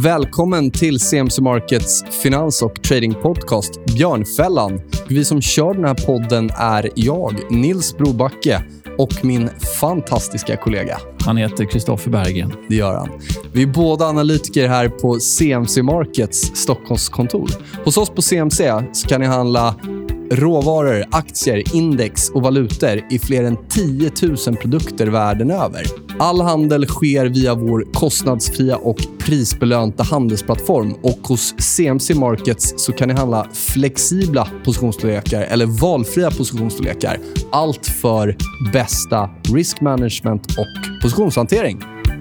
Välkommen till CMC Markets finans- och tradingpodcast Björnfällan. Vi som kör den här podden är jag, Nils Brobacke, och min fantastiska kollega. Han heter Kristoffer Berggren. Det gör han. Vi är båda analytiker här på CMC Markets Stockholmskontor. Hos oss på CMC så kan ni handla råvaror, aktier, index och valutor i fler än 10 000 produkter världen över. All handel sker via vår kostnadsfria och prisbelönta handelsplattform, och hos CMC Markets så kan ni handla flexibla positionsstorlekar eller valfria positionsstorlekar. Allt för bästa risk management och positionshantering.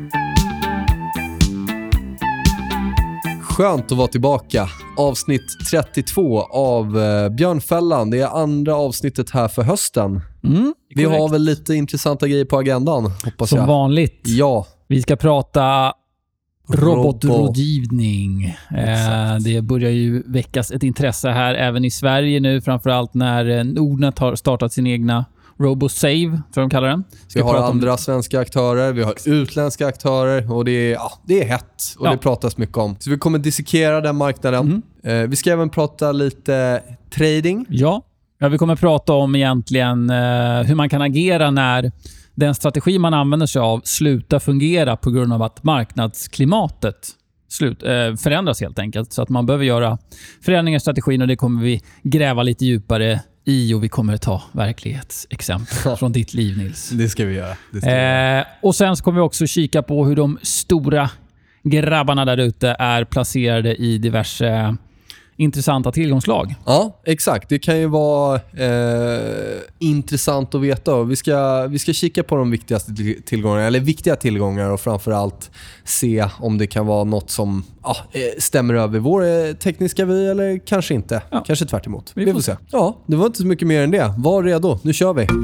Skönt att vara tillbaka. Avsnitt 32 av Björnfällan. Det är andra avsnittet här för hösten. Vi har väl lite intressanta grejer på agendan, hoppas jag. Som vanligt. Ja. Vi ska prata robotrådgivning. Det börjar ju väckas ett intresse här även i Sverige nu, framförallt när Nordnet har startat sin egna RoboSave, tror jag de kallar den. Vi har andra svenska aktörer, vi har utländska aktörer, och det är hett och det pratas mycket om. Så vi kommer dissekera den marknaden. Vi ska även prata lite trading. Ja, vi kommer prata om egentligen hur man kan agera när den strategi man använder sig av slutar fungera på grund av att marknadsklimatet förändras helt enkelt. Så att man behöver göra förändringar i strategin, och det kommer vi gräva lite djupare i, och vi kommer ta verklighetsexempel från ditt liv, Nils. Det ska vi göra. Och sen så kommer vi också kika på hur de stora grabbarna där ute är placerade i diverse intressanta tillgångslag. Ja, exakt. Det kan ju vara intressant att veta. Vi ska kika på de viktigaste tillgångarna, eller viktiga tillgångar, och framförallt se om det kan vara något som stämmer över vår tekniska vy, eller kanske inte. Ja. Kanske tvärt emot. Vi får se. Ja, det var inte så mycket mer än det. Var redo. Nu kör vi.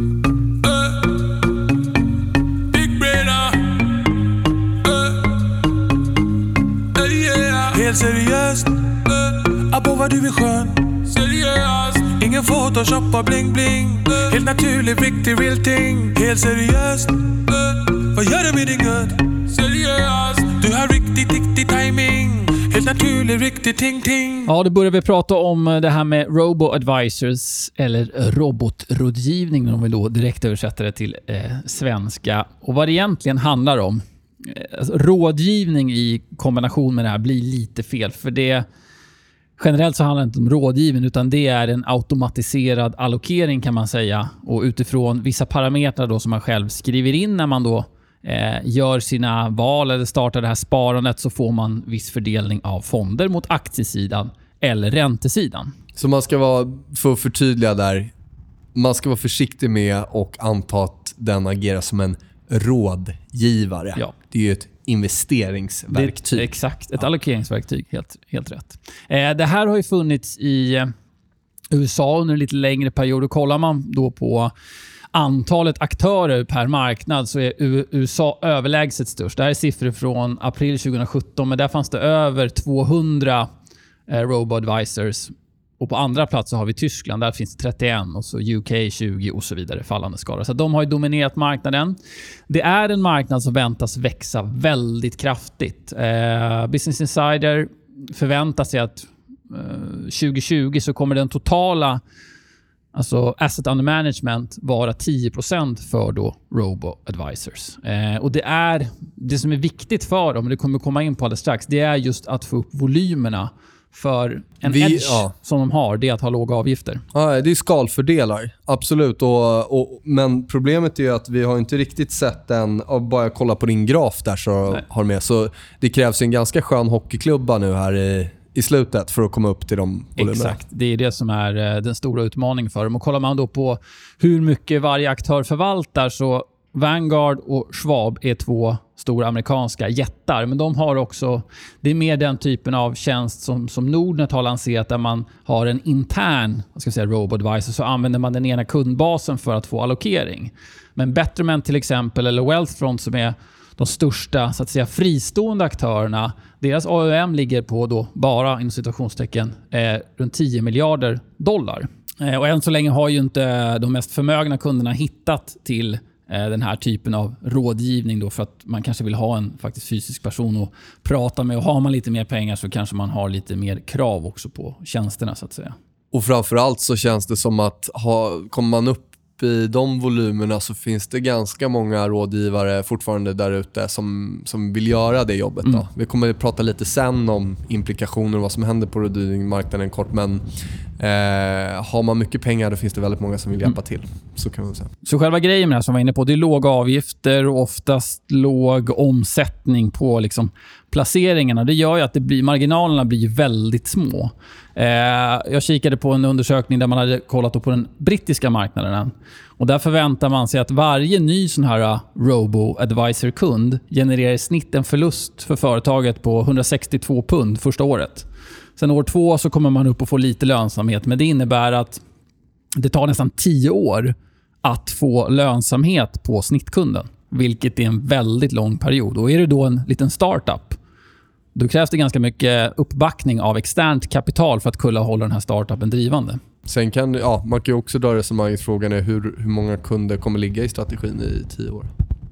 Helt seriöst. Abba vad du är skön. Seriöst. Ingen photoshoppa bling bling. Helt naturlig, riktig real ting. Helt seriöst. Vad gör du med din gud? Seriöst. Du har riktig timing. Helt naturlig, riktig ting. Ja, då börjar vi prata om det här med robo-advisors, eller robotrådgivning, om vi då direkt översätter det till svenska. Och vad det egentligen handlar om. Rådgivning i kombination med det här blir lite fel, för det generellt så handlar det inte om rådgivning, utan det är en automatiserad allokering, kan man säga. Och utifrån vissa parametrar då som man själv skriver in när man då gör sina val eller startar det här sparandet, så får man viss fördelning av fonder mot aktiesidan eller räntesidan. Så man ska vara, för att förtydliga där, man ska vara försiktig med och anta att den agerar som en rådgivare. Ja. Det är ju ett investeringsverktyg. Exakt, ett allokeringsverktyg, helt rätt. Det här har ju funnits i USA under en lite längre period, och kollar man då på antalet aktörer per marknad så är USA överlägset störst. Det här är siffror från april 2017, men där fanns det över 200 robo-advisors. Och på andra plats så har vi Tyskland, där finns det 31, och så UK 20 och så vidare, fallande skala. Så de har ju dominerat marknaden. Det är en marknad som väntas växa väldigt kraftigt. Business Insider förväntar sig att 2020 så kommer den totala, alltså asset under management, vara 10% för då robo-advisors. Och det är det som är viktigt för dem, och det kommer komma in på alldeles strax, det är just att få upp volymerna. För en edge som de har, det är att ha låga avgifter. Ja, det är skalfördelar, absolut. Men problemet är ju att vi har inte riktigt sett den, och bara kolla på din graf där så har med. Så det krävs en ganska skön hockeyklubba nu här i slutet för att komma upp till de volymerna. Exakt, det är det som är den stora utmaningen för dem. Och kollar man då på hur mycket varje aktör förvaltar, så Vanguard och Schwab är två stora amerikanska jättar, men de har också, det är mer den typen av tjänst som Nordnet har lanserat, där man har en intern, robo-advisor, så använder man den ena kundbasen för att få allokering. Men Betterment till exempel, eller Wealthfront, som är de största så att säga fristående aktörerna, deras AUM ligger på då bara inom situationstecken runt 10 miljarder dollar. Och än så länge har ju inte de mest förmögna kunderna hittat till den här typen av rådgivning då, för att man kanske vill ha en faktiskt fysisk person att prata med, och har man lite mer pengar så kanske man har lite mer krav också på tjänsterna så att säga. Och framförallt så känns det som att kommer man upp i de volymerna så finns det ganska många rådgivare fortfarande där ute som vill göra det jobbet. Då. Vi kommer att prata lite sen om implikationer och vad som händer på rådgivningsmarknaden kort, men har man mycket pengar då finns det väldigt många som vill hjälpa till. Så kan man säga. Så själva grejen med det här som var inne på, det är låga avgifter och oftast låg omsättning på liksom placeringarna. Det gör ju att marginalerna blir väldigt små. Jag kikade på en undersökning där man hade kollat på den brittiska marknaden. Och där förväntar man sig att varje ny sån här robo-advisor-kund genererar i snitt en förlust för företaget på 162 pund första året. Sen år 2 så kommer man upp och få lite lönsamhet, men det innebär att det tar nästan 10 år att få lönsamhet på snittkunden, vilket är en väldigt lång period. Och är det då en liten startup, då krävs det ganska mycket uppbackning av externt kapital för att kunna hålla den här startupen drivande. Sen man kan ju också dra resonemanget, frågan är hur många kunder kommer ligga i strategin i 10 år.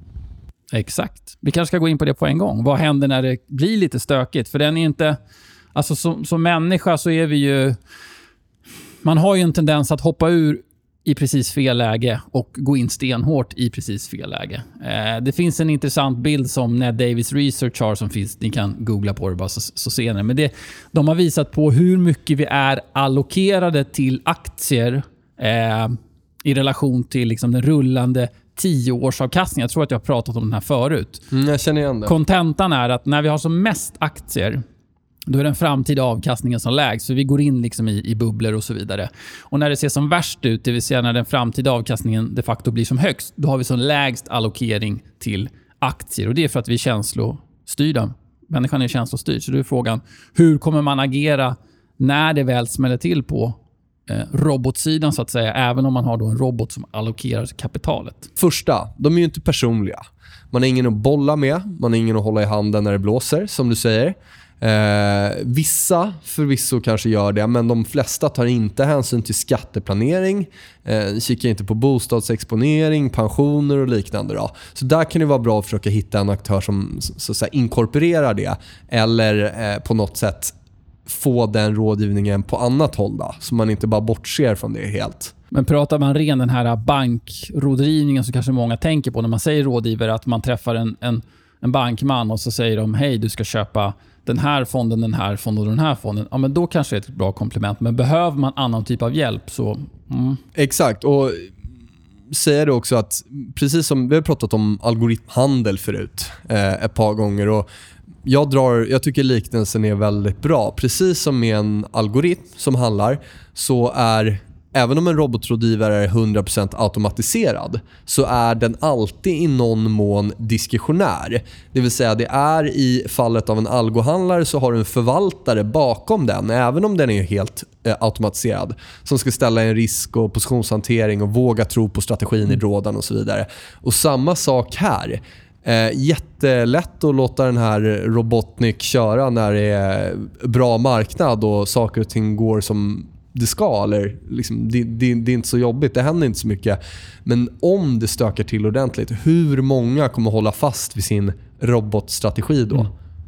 Exakt. Vi kanske ska gå in på det på en gång. Vad händer när det blir lite stökigt? För den är inte... Alltså som människa så är vi ju... Man har ju en tendens att hoppa ur i precis fel läge och gå in stenhårt i precis fel läge. Det finns en intressant bild som Ned Davis Research har som finns. Ni kan googla på det bara så ser ni. Men de har visat på hur mycket vi är allokerade till aktier i relation till liksom den rullande 10-årsavkastningen. Jag tror att jag har pratat om den här förut. Jag känner igen det. Kontentan är att när vi har som mest aktier, då är den framtida avkastningen som lägst. Så vi går in liksom i bubblor och så vidare. Och när det ser som värst ut, det vill säga när den framtida avkastningen de facto blir som högst, då har vi som lägst allokering till aktier. Och det är för att vi är känslostyrda. Människan är känslostyrd. Så då är frågan, hur kommer man agera när det väl smäller till på robotsidan så att säga, även om man har då en robot som allokerar kapitalet? Första, de är ju inte personliga. Man har ingen att bolla med, man har ingen att hålla i handen när det blåser, som du säger. Vissa förvisso kanske gör det, men de flesta tar inte hänsyn till skatteplanering, kikar inte på bostadsexponering, pensioner och liknande då. Så där kan det vara bra att försöka hitta en aktör som så att säga inkorporerar det, eller på något sätt få den rådgivningen på annat håll då, så man inte bara bortser från det helt. Men pratar man ren den här bankrådgivningen så kanske många tänker på när man säger rådgivare, att man träffar en bankman och så säger de, hej, du ska köpa den här fonden, den här fonden och den här fonden. Ja, men då kanske det är ett bra komplement. Men behöver man annan typ av hjälp så... Exakt, och säger det också att precis som vi har pratat om algoritmhandel förut ett par gånger, och jag tycker liknelsen är väldigt bra. Precis som med en algoritm som handlar, så är, även om en robotrådgivare är 100% automatiserad, så är den alltid i någon mån diskretionär. Det vill säga, det är i fallet av en algohandlare så har du en förvaltare bakom den, även om den är helt automatiserad, som ska ställa en risk- och positionshantering och våga tro på strategin i rådan och så vidare. Och samma sak här. Jättelätt att låta den här Robotnik köra när det är bra marknad och saker och ting går som det ska, eller liksom, det är inte så jobbigt, det händer inte så mycket. Men om det stökar till ordentligt, hur många kommer hålla fast vid sin robotstrategi då?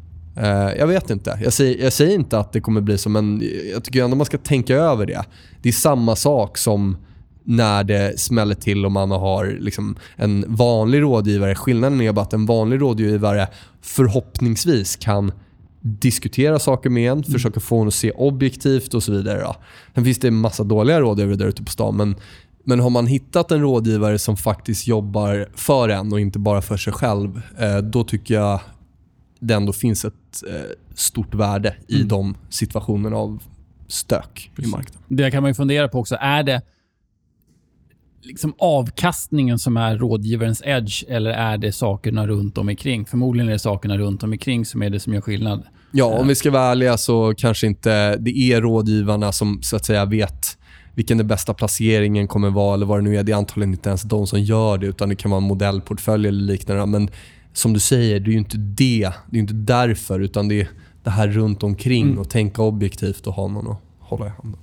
Jag vet inte. Jag säger inte att det kommer bli så, men jag tycker ändå man ska tänka över det. Det är samma sak som när det smäller till och man har liksom en vanlig rådgivare. Skillnaden är bara att en vanlig rådgivare förhoppningsvis kan diskutera saker med en, försöka få en att se objektivt och så vidare. Då. Sen finns det en massa dåliga rådgivare där ute på stan, men har man hittat en rådgivare som faktiskt jobbar för en och inte bara för sig själv, då tycker jag det ändå finns ett stort värde i de situationerna av stök i marknaden. Det kan man ju fundera på också. Är det liksom avkastningen som är rådgivarens edge, eller är det sakerna runt om omkring? Förmodligen är det sakerna runt om omkring som är det som gör skillnad. Ja, om vi ska vara ärliga så kanske inte det är rådgivarna som så att säga vet vilken den bästa placeringen kommer vara eller vad det nu är. Det är antagligen inte ens de som gör det, utan det kan vara en modellportfölj eller liknande. Men som du säger, det är ju inte det. Det är inte därför, utan det är det här runt omkring och tänka objektivt och ha någon att hålla i handen.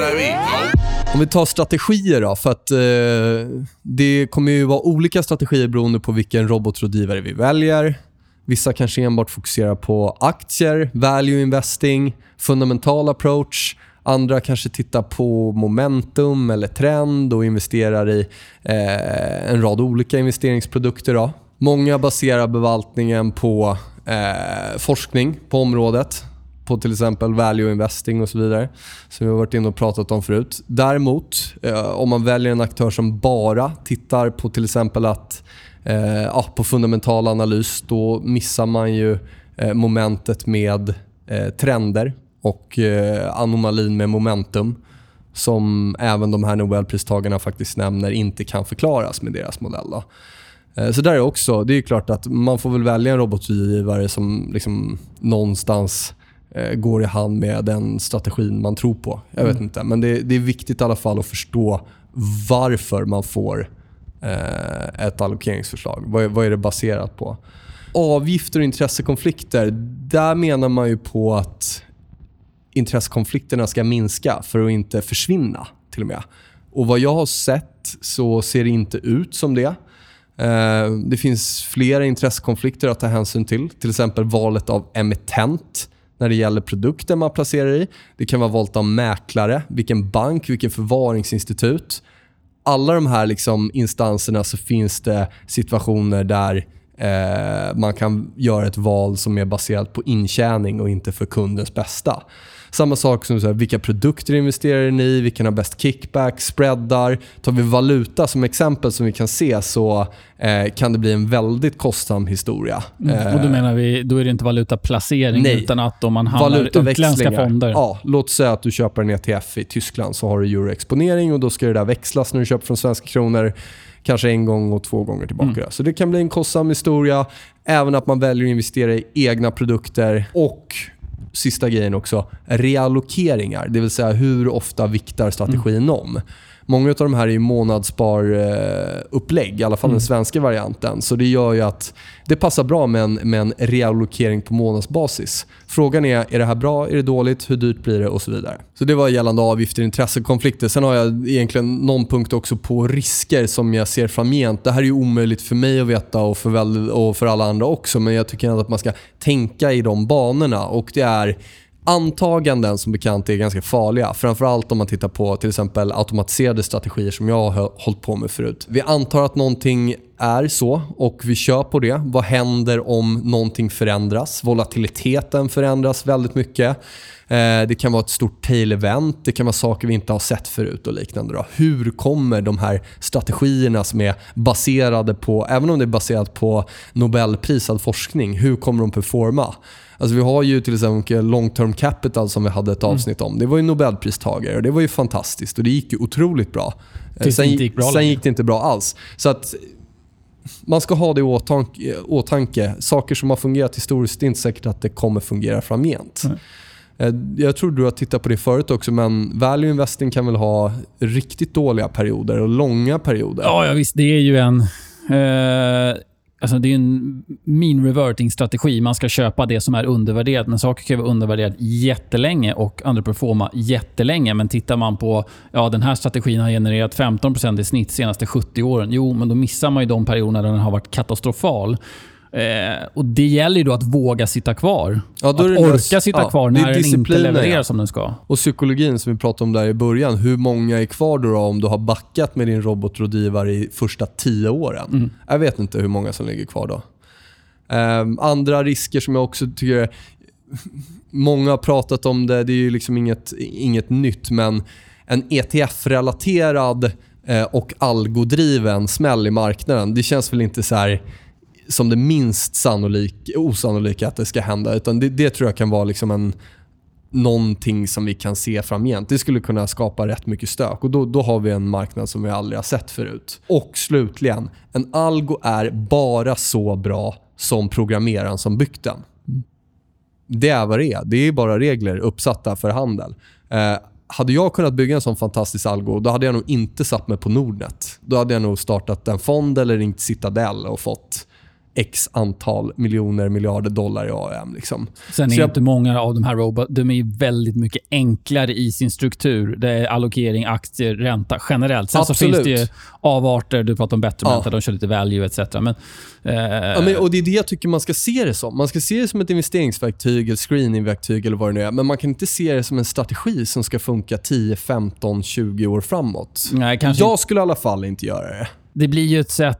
Om vi tar strategier då, för att det kommer ju vara olika strategier beroende på vilken robotrådgivare vi väljer. Vissa kanske enbart fokuserar på aktier, value investing, fundamental approach. Andra kanske tittar på momentum eller trend och investerar i en rad olika investeringsprodukter då. Många baserar förvaltningen på forskning på området, på till exempel value investing och så vidare, som vi har varit inne och pratat om förut. Däremot, om man väljer en aktör som bara tittar på till exempel på fundamental analys, då missar man ju momentet med trender och anomalin med momentum, som även de här Nobelpristagarna faktiskt nämner inte kan förklaras med deras modell då. Så där är också, det är klart att man får väl välja en robotrådgivare som liksom någonstans går i hand med den strategin man tror på. Jag vet inte, men det är viktigt i alla fall att förstå varför man får ett allokeringsförslag. Vad är det baserat på? Avgifter och intressekonflikter, där menar man ju på att intressekonflikterna ska minska för att inte försvinna till och med. Och vad jag har sett så ser det inte ut som det. Det finns flera intressekonflikter att ta hänsyn till exempel valet av emittent när det gäller produkter man placerar i. Det kan vara valet av mäklare, vilken bank, vilken förvaringsinstitut. Alla de här liksom instanserna, så finns det situationer där man kan göra ett val som är baserat på intjäning och inte för kundens bästa. Samma sak som så här, vilka produkter investerar ni i, vilka har bäst kickback, spreadar. Tar vi valuta som exempel som vi kan se, så kan det bli en väldigt kostsam historia. Och då menar vi, då är det inte valutaplacering, nej, utan att om man handlar utländska fonder. Ja, låt säga att du köper en ETF i Tyskland, så har du euroexponering och då ska det där växlas när du köper från svenska kronor. Kanske en gång och 2 gånger tillbaka. Så det kan bli en kostsam historia. Även att man väljer att investera i egna produkter. Och sista grejen också, reallokeringar. Det vill säga hur ofta viktar strategin om. Många av de här är ju månadssparupplägg, i alla fall den svenska varianten. Så det gör ju att det passar bra med en reallokering på månadsbasis. Frågan är det här bra, är det dåligt, hur dyrt blir det och så vidare. Så det var gällande avgifter, intressekonflikter. Sen har jag egentligen någon punkt också på risker som jag ser framgent. Det här är ju omöjligt för mig att veta och för alla andra också. Men jag tycker att man ska tänka i de banorna, och det är antaganden som bekant är ganska farliga. Framförallt om man tittar på till exempel automatiserade strategier som jag har hållit på med förut. Vi antar att någonting är så och vi kör på det. Vad händer om någonting förändras? Volatiliteten förändras väldigt mycket. Det kan vara ett stort tail-event. Det kan vara saker vi inte har sett förut och liknande. Då. Hur kommer de här strategierna som är baserade på, även om det är baserat på Nobelprisad forskning, hur kommer de performa? Alltså vi har ju till exempel long term capital som vi hade ett avsnitt om. Det var ju Nobelpristagare och det var ju fantastiskt och det gick ju otroligt bra. Sen gick det inte bra alls. Så att man ska ha det i åtanke. Saker som har fungerat historiskt, det är inte säkert att det kommer fungera framgent. Jag tror du har tittat på det förut också, men value investing kan väl ha riktigt dåliga perioder och långa perioder. Ja visst, det är ju en alltså det är en mean reverting strategi. Man ska köpa det som är undervärderat, men saker kan vara undervärderat jättelänge och underperforma jättelänge. Men tittar man på den här strategin har genererat 15% i snitt de senaste 70 åren. Jo, men då missar man ju de perioderna där den har varit katastrofal. Och det gäller ju då att våga sitta kvar. Att orka sitta kvar när den inte levererar som den ska. Och psykologin som vi pratade om där i början. Hur många är kvar då om du har backat med din robotrådgivare i första 10 åren? Jag vet inte hur många som ligger kvar då. Andra risker som jag också tycker många har pratat om det är ju liksom inget nytt, men en ETF-relaterad och algodriven smäll i marknaden. Det känns väl inte så här som det minst osannolika att det ska hända, utan det tror jag kan vara liksom någonting som vi kan se framgent. Det skulle kunna skapa rätt mycket stök och då har vi en marknad som vi aldrig har sett förut. Och slutligen, en algo är bara så bra som programmeraren som byggt den. Det är vad det är. Det är bara regler uppsatta för handel. Hade jag kunnat bygga en sån fantastisk algo, då hade jag nog inte satt mig på Nordnet. Då hade jag nog startat en fond eller ringt Citadel och fått x antal miljoner miljarder dollar i AUM. Liksom. Sen är inte många av de här de är väldigt mycket enklare i sin struktur. Det är allokering, aktier, ränta generellt. Sen Absolut. så finns det ju avarter, du pratar om betterment, de kör lite value etc. Men, och det är det jag tycker man ska se det som. Man ska se det som ett investeringsverktyg eller screeningverktyg eller vad det nu är. Men man kan inte se det som en strategi som ska funka 10, 15, 20 år framåt. Nej, jag skulle i alla fall inte göra det. Det blir ju ett sätt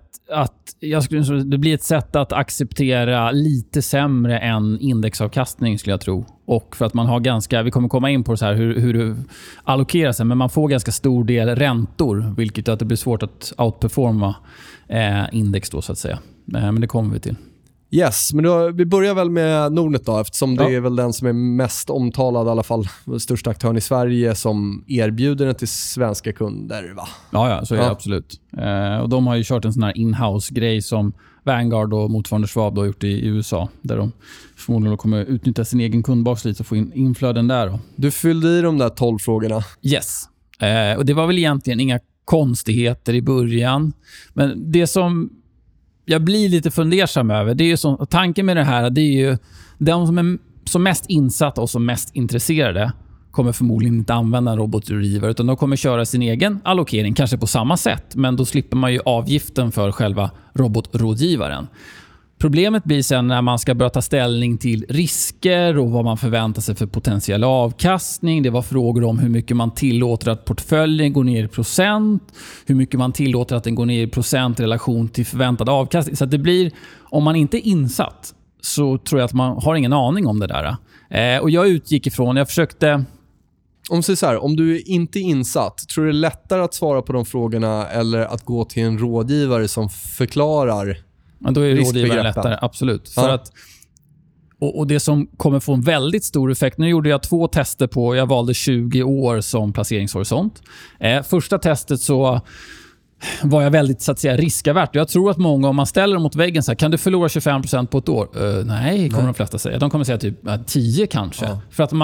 att acceptera lite sämre än indexavkastning skulle jag tro. Och för att man har vi kommer komma in på så här hur du allokerar sig, men man får ganska stor del räntor, vilket gör att det blir svårt att outperforma index då så att säga. Men det kommer vi till. Yes, men då, vi börjar väl med Nordnet då, eftersom det är väl den som är mest omtalad, i alla fall största aktören i Sverige som erbjuder den till svenska kunder, va? Ja, så är det absolut. Och de har ju kört en sån här in-house-grej som Vanguard och motsvarande Schwab har gjort i USA, där de förmodligen kommer utnyttja sin egen kundbas lite och få in inflöden där då. Du fyllde i de där 12 frågorna. Yes. Och det var väl egentligen inga konstigheter i början, men det som jag blir lite fundersam över, det är ju så, tanken med det här, det är ju de som är som mest insatta och som mest intresserade kommer förmodligen inte använda en robotrådgivare, utan de kommer köra sin egen allokering, kanske på samma sätt, men då slipper man ju avgiften för själva robotrådgivaren. Problemet blir sen när man ska börja ta ställning till risker och vad man förväntar sig för potentiell avkastning. Det var frågor om hur mycket man tillåter att portföljen går ner i procent, hur mycket man tillåter att den går ner i procent i relation till förväntad avkastning. Så att det blir, om man inte är insatt så tror jag att man har ingen aning om det där. Och jag utgick ifrån, jag försökte... Om du är inte insatt, tror du det är lättare att svara på de frågorna eller att gå till en rådgivare som förklarar? Men då är rådgivaren lättare, absolut. För att, och det som kommer få en väldigt stor effekt, nu gjorde jag 2 tester på, jag valde 20 år som placeringshorisont. Första testet så var jag väldigt så att säga riskavert. Jag tror att många, om man ställer dem mot väggen så här, kan du förlora 25% på ett år? Nej, kommer de flesta säga. De kommer säga typ 10 kanske. Ja. För att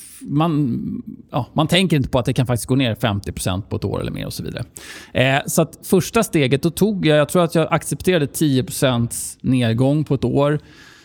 man tänker inte på att det kan faktiskt gå ner 50% på ett år eller mer och så vidare. Så att första steget, då tog jag tror att jag accepterade 10% nedgång på ett år.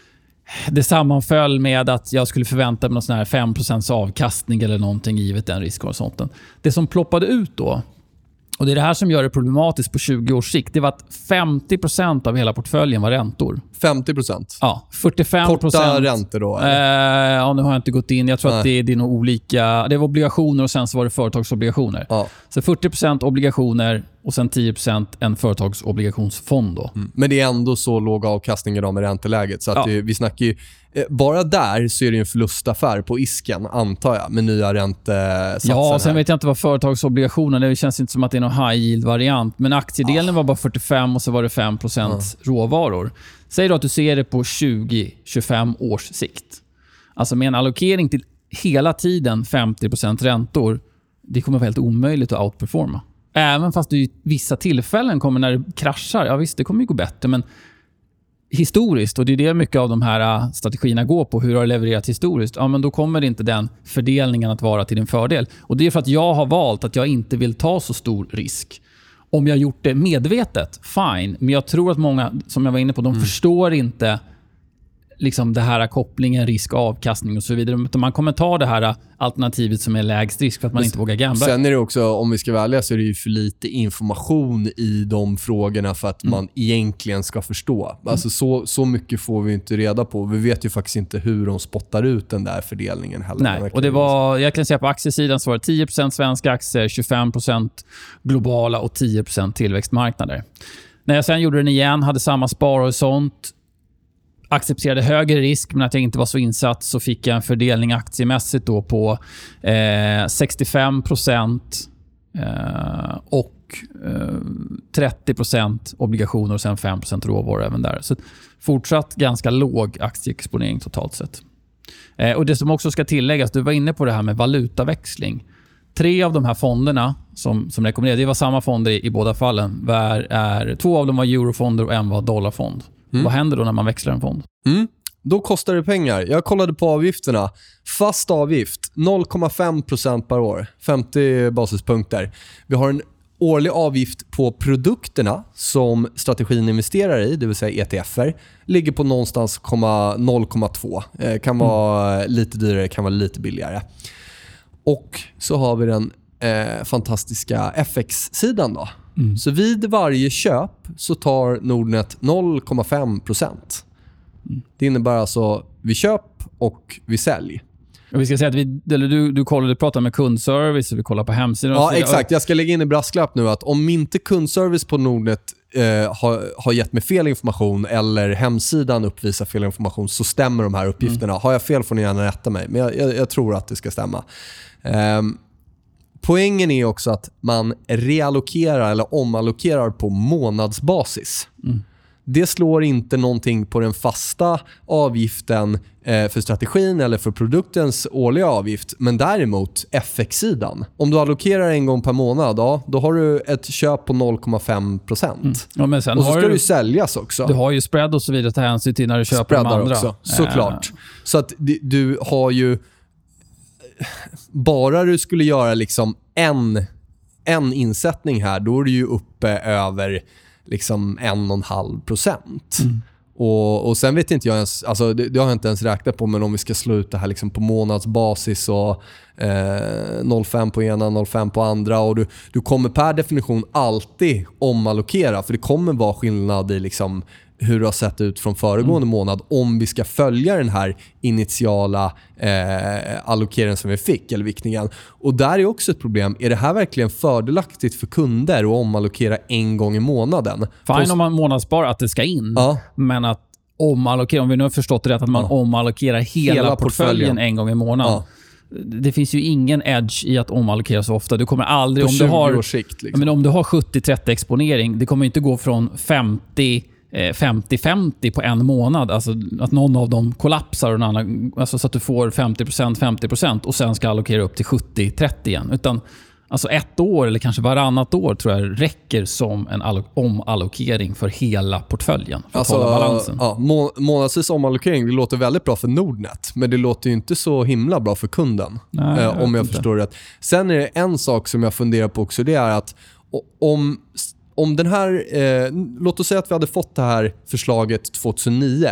Det sammanföll med att jag skulle förvänta mig någon sån här 5% avkastning eller någonting givet den riskhorisonten. Det som ploppade ut då, och det är det här som gör det problematiskt på 20 års sikt, det var att 50% av hela portföljen var räntor. 50%? Ja, 45%. Korta räntor då? Ja, nu har jag inte gått in. Jag tror att det är nog olika. Det var obligationer och sen så var det företagsobligationer. Ja. Så 40% obligationer och sen 10% en företagsobligationsfond då. Men det är ändå så låg avkastning idag med ränteläget. Så att vi snackar ju... Bara där så är det en förlustaffär på isken, antar jag, med nya räntesatser. Ja, sen vet jag inte vad företagsobligationer, det känns inte som att det är någon high yield-variant. Men aktiedelen var bara 45 och så var det 5% råvaror. Säg då att du ser det på 20-25 års sikt. Alltså med en allokering till hela tiden 50% räntor, det kommer vara helt omöjligt att outperforma. Även fast du i vissa tillfällen kommer när det kraschar, ja visst det kommer ju gå bättre, men historiskt, och det är det mycket av de här strategierna går på, hur har det levererat historiskt, ja men då kommer inte den fördelningen att vara till din fördel. Och det är för att jag har valt att jag inte vill ta så stor risk. Om jag har gjort det medvetet, fine. Men jag tror att många, som jag var inne på, de förstår inte liksom det här kopplingen, risk, avkastning och så vidare. Utan man kommer ta det här alternativet som är lägst risk för att man inte vågar gambla. Sen är det också, om vi ska välja, så är det ju för lite information i de frågorna för att man egentligen ska förstå. Alltså så mycket får vi inte reda på. Vi vet ju faktiskt inte hur de spottar ut den där fördelningen heller. Nej, och det var, jag kan säga på aktiesidan så var det 10% svenska aktier, 25% globala och 10% tillväxtmarknader. När jag sen gjorde den igen, hade samma sparhorisont, accepterade högre risk men att jag inte var så insatt, så fick jag en fördelning aktiemässigt då på 65% och 30% obligationer och sen 5% råvaror även där. Så fortsatt ganska låg aktieexponering totalt sett. Och det som också ska tilläggas, du var inne på det här med valutaväxling. 3 av de här fonderna som rekommenderade, det var samma fonder i båda fallen. 2 av dem var eurofonder och en var dollarfond. Vad händer då när man växlar en fond? Då kostar det pengar. Jag kollade på avgifterna. Fast avgift 0,5% per år. 50 basispunkter. Vi har en årlig avgift på produkterna som strategin investerar i, det vill säga ETFer, ligger på någonstans 0,2. Kan vara lite dyrare, kan vara lite billigare. Och så har vi den fantastiska FX-sidan då. Så vid varje köp så tar Nordnet 0,5%. Det innebär alltså vi köp och vi sälj. Och vi ska säga att du pratar med kundservice och vi kollar på hemsidan. Ja, exakt. Jag ska lägga in i brasklapp nu att om inte kundservice på Nordnet har gett mig fel information eller hemsidan uppvisar fel information så stämmer de här uppgifterna. Har jag fel får ni gärna rätta mig. Men jag tror att det ska stämma. Poängen är också att man reallokerar eller omallokerar på månadsbasis. Det slår inte någonting på den fasta avgiften för strategin eller för produktens årliga avgift. Men däremot FX-sidan. Om du allokerar en gång per månad, då har du ett köp på 0,5%. Ja, men sen och så ska du säljas också. Du har ju spread och så vidare att ta hänsyn till när du köper de andra. Också, såklart. Så att du har ju... Bara du skulle göra liksom en insättning här, då är du ju uppe över liksom 1,5%. Och sen vet inte jag ens, alltså det har jag inte ens räknat på, men om vi ska slå ut det här liksom på månadsbasis och 0,5 på ena, 0,5 på andra, och du kommer per definition alltid omallokera, för det kommer vara skillnad i liksom hur det har sett ut från föregående månad om vi ska följa den här initiala allokeringen som vi fick, eller viktningen. Och där är också ett problem. Är det här verkligen fördelaktigt för kunder att omallokera en gång i månaden? Fine om man månadsspar att det ska in, men att omallokera, om vi nu har förstått rätt, att man omallokerar hela portföljen en gång i månaden. Ja. Det finns ju ingen edge i att omallokera så ofta. Du kommer aldrig, på 20 års sikt, liksom. Men om du har 70-30 exponering, det kommer inte gå från 50-50 på en månad. Alltså att någon av dem kollapsar och en annan, alltså så att du får 50% och sen ska allokera upp till 70-30 igen. Utan alltså ett år eller kanske varannat år tror jag räcker som en omallokering för hela portföljen. För att hålla balansen. Ja, månadsvis omallokering, det låter väldigt bra för Nordnet. Men det låter ju inte så himla bra för kunden. Nej, om jag förstår rätt. Sen är det en sak som jag funderar på också. Det är att om den här, låt oss säga att vi hade fått det här förslaget 2009.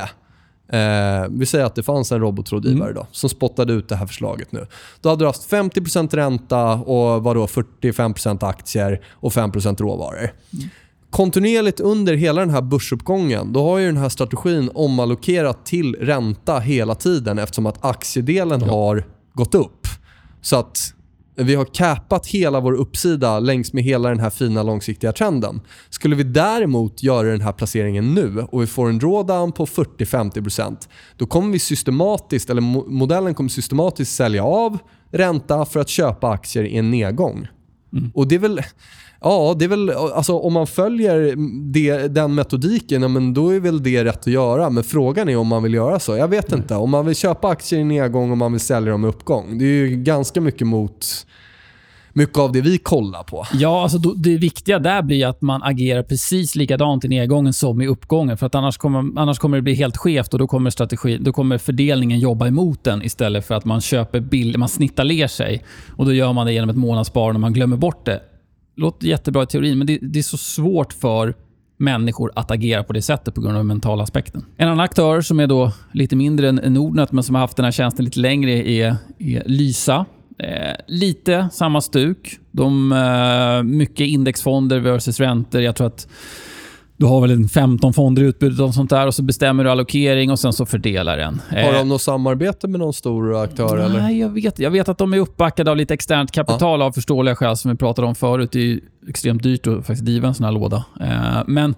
Vi säger att det fanns en robotrådgivare då, som spottade ut det här förslaget nu. Då hade du haft 50% ränta och 45% aktier och 5% råvaror. Kontinuerligt under hela den här börsuppgången, då har ju den här strategin omallokerat till ränta hela tiden, eftersom att aktiedelen har gått upp. Så att vi har capat hela vår uppsida längs med hela den här fina långsiktiga trenden. Skulle vi däremot göra den här placeringen nu och vi får en drawdown på 40-50%, då kommer vi systematiskt, eller modellen kommer systematiskt sälja av ränta för att köpa aktier i en nedgång. Och det är väl... Ja, det är väl, alltså, om man följer den metodiken, men då är väl det rätt att göra. Men frågan är om man vill göra så. Jag vet inte. Om man vill köpa aktier i nedgång och man vill sälja dem i uppgång. Det är ju ganska mycket mot mycket av det vi kollar på. Ja, alltså det viktiga där blir att man agerar precis likadant i nedgången som i uppgången. För att annars kommer det bli helt skevt och då kommer fördelningen jobba emot den istället för att man köper man snittar ner sig. Och då gör man det genom ett månadsspar när man glömmer bort det. Låter jättebra i teorin, men det är så svårt för människor att agera på det sättet på grund av den mentala aspekten. En annan aktör som är då lite mindre än Nordnet men som har haft den här tjänsten lite längre är Lysa. Lite samma stuk. Mycket indexfonder versus räntor. Jag tror att du har väl 15 fonder i utbudet och sånt där, och så bestämmer du allokering och sen så fördelar den. Har de något samarbete med någon stor aktör? Nej, eller? Jag vet att de är uppbackade av lite externt kapital av förståeliga skäl som vi pratade om förut. Det är ju extremt dyrt att faktiskt driva en sån här låda. Men